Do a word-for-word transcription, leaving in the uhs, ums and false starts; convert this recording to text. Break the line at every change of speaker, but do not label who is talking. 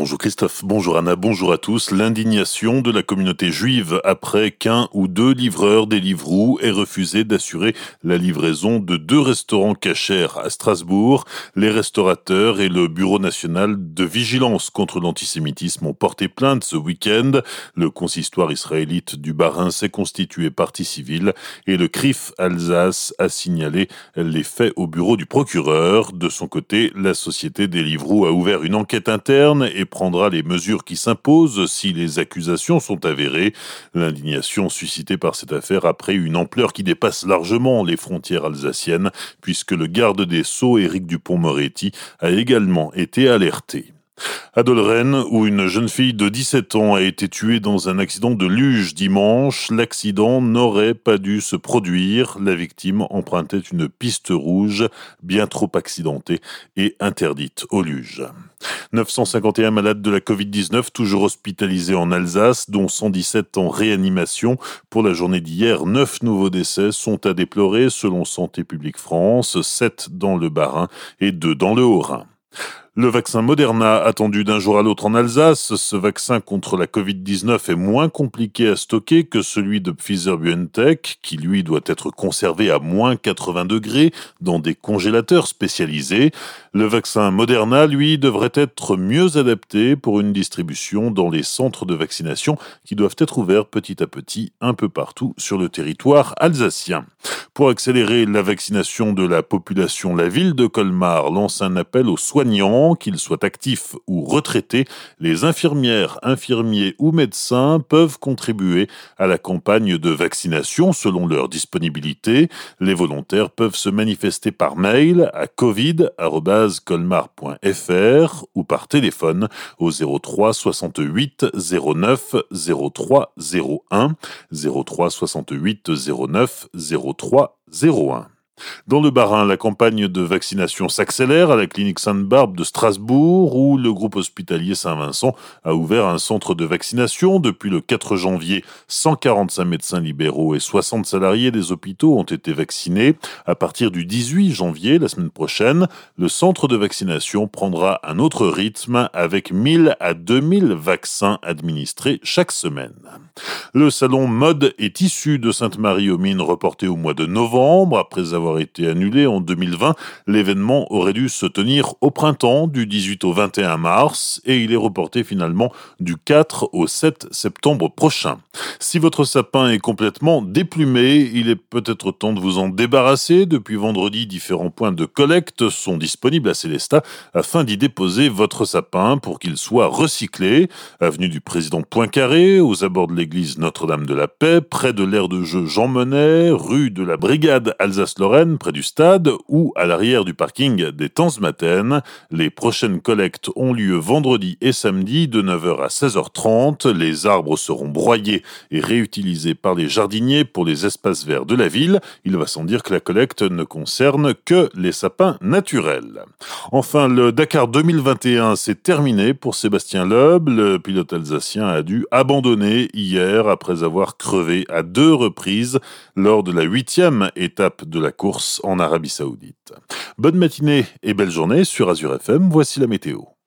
Bonjour Christophe, bonjour Anna, bonjour à tous. L'indignation de la communauté juive après qu'un ou deux livreurs Deliveroo aient refusé d'assurer la livraison de deux restaurants cachers à Strasbourg. Les restaurateurs et le Bureau national de vigilance contre l'antisémitisme ont porté plainte ce week-end. Le consistoire israélite du Bas-Rhin s'est constitué partie civile et le C R I F Alsace a signalé les faits au bureau du procureur. De son côté, la société Deliveroo a ouvert une enquête interne et prendra les mesures qui s'imposent si les accusations sont avérées. L'indignation suscitée par cette affaire a pris une ampleur qui dépasse largement les frontières alsaciennes, puisque le garde des Sceaux, Éric Dupond-Moretti, a également été alerté. À Dolren, où une jeune fille de dix-sept ans a été tuée dans un accident de luge dimanche, l'accident n'aurait pas dû se produire. La victime empruntait une piste rouge bien trop accidentée et interdite aux luges. neuf cent cinquante et un malades de la covid dix-neuf toujours hospitalisés en Alsace, dont cent dix-sept en réanimation. Pour la journée d'hier, neuf nouveaux décès sont à déplorer selon Santé publique France, sept dans le Bas-Rhin et deux dans le Haut-Rhin. Le vaccin Moderna, attendu d'un jour à l'autre en Alsace, ce vaccin contre la covid dix-neuf est moins compliqué à stocker que celui de Pfizer-BioNTech, qui lui doit être conservé à moins quatre-vingts degrés dans des congélateurs spécialisés. Le vaccin Moderna, lui, devrait être mieux adapté pour une distribution dans les centres de vaccination qui doivent être ouverts petit à petit un peu partout sur le territoire alsacien. Pour accélérer la vaccination de la population, la ville de Colmar lance un appel aux soignants, qu'ils soient actifs ou retraités. Les infirmières, infirmiers ou médecins peuvent contribuer à la campagne de vaccination selon leur disponibilité. Les volontaires peuvent se manifester par mail à covid arobase colmar point f r ou par téléphone au zéro trois soixante-huit zéro neuf zéro trois zéro un, zéro trois soixante-huit zéro neuf zéro trois zéro un. Dans le Bas-Rhin, la campagne de vaccination s'accélère à la clinique Sainte-Barbe de Strasbourg, où le groupe hospitalier Saint-Vincent a ouvert un centre de vaccination. Depuis le quatre janvier, cent quarante-cinq médecins libéraux et soixante salariés des hôpitaux ont été vaccinés. À partir du dix-huit janvier, la semaine prochaine, le centre de vaccination prendra un autre rythme avec mille à deux mille vaccins administrés chaque semaine. Le salon Mode et Tissus de Sainte-Marie-aux-Mines reporté au mois de novembre, après avoir été annulé en deux mille vingt, l'événement aurait dû se tenir au printemps du dix-huit au vingt et un mars et il est reporté finalement du quatre au sept septembre prochain. Si votre sapin est complètement déplumé, il est peut-être temps de vous en débarrasser. Depuis vendredi, différents points de collecte sont disponibles à Célestat afin d'y déposer votre sapin pour qu'il soit recyclé. Avenue du Président Poincaré, aux abords de l'église Notre-Dame de la Paix, près de l'aire de jeu Jean Monnet, rue de la Brigade Alsace-Lorraine, près du stade, ou à l'arrière du parking des Temps-Maten. Les prochaines collectes ont lieu vendredi et samedi de neuf heures à seize heures trente. Les arbres seront broyés et réutilisés par les jardiniers pour les espaces verts de la ville. Il va sans dire que la collecte ne concerne que les sapins naturels. Enfin, le Dakar deux mille vingt et un s'est terminé pour Sébastien Loeb. Le pilote alsacien a dû abandonner hier après avoir crevé à deux reprises lors de la huitième étape de la course en Arabie Saoudite. Bonne matinée et belle journée sur Azure F M, voici la météo.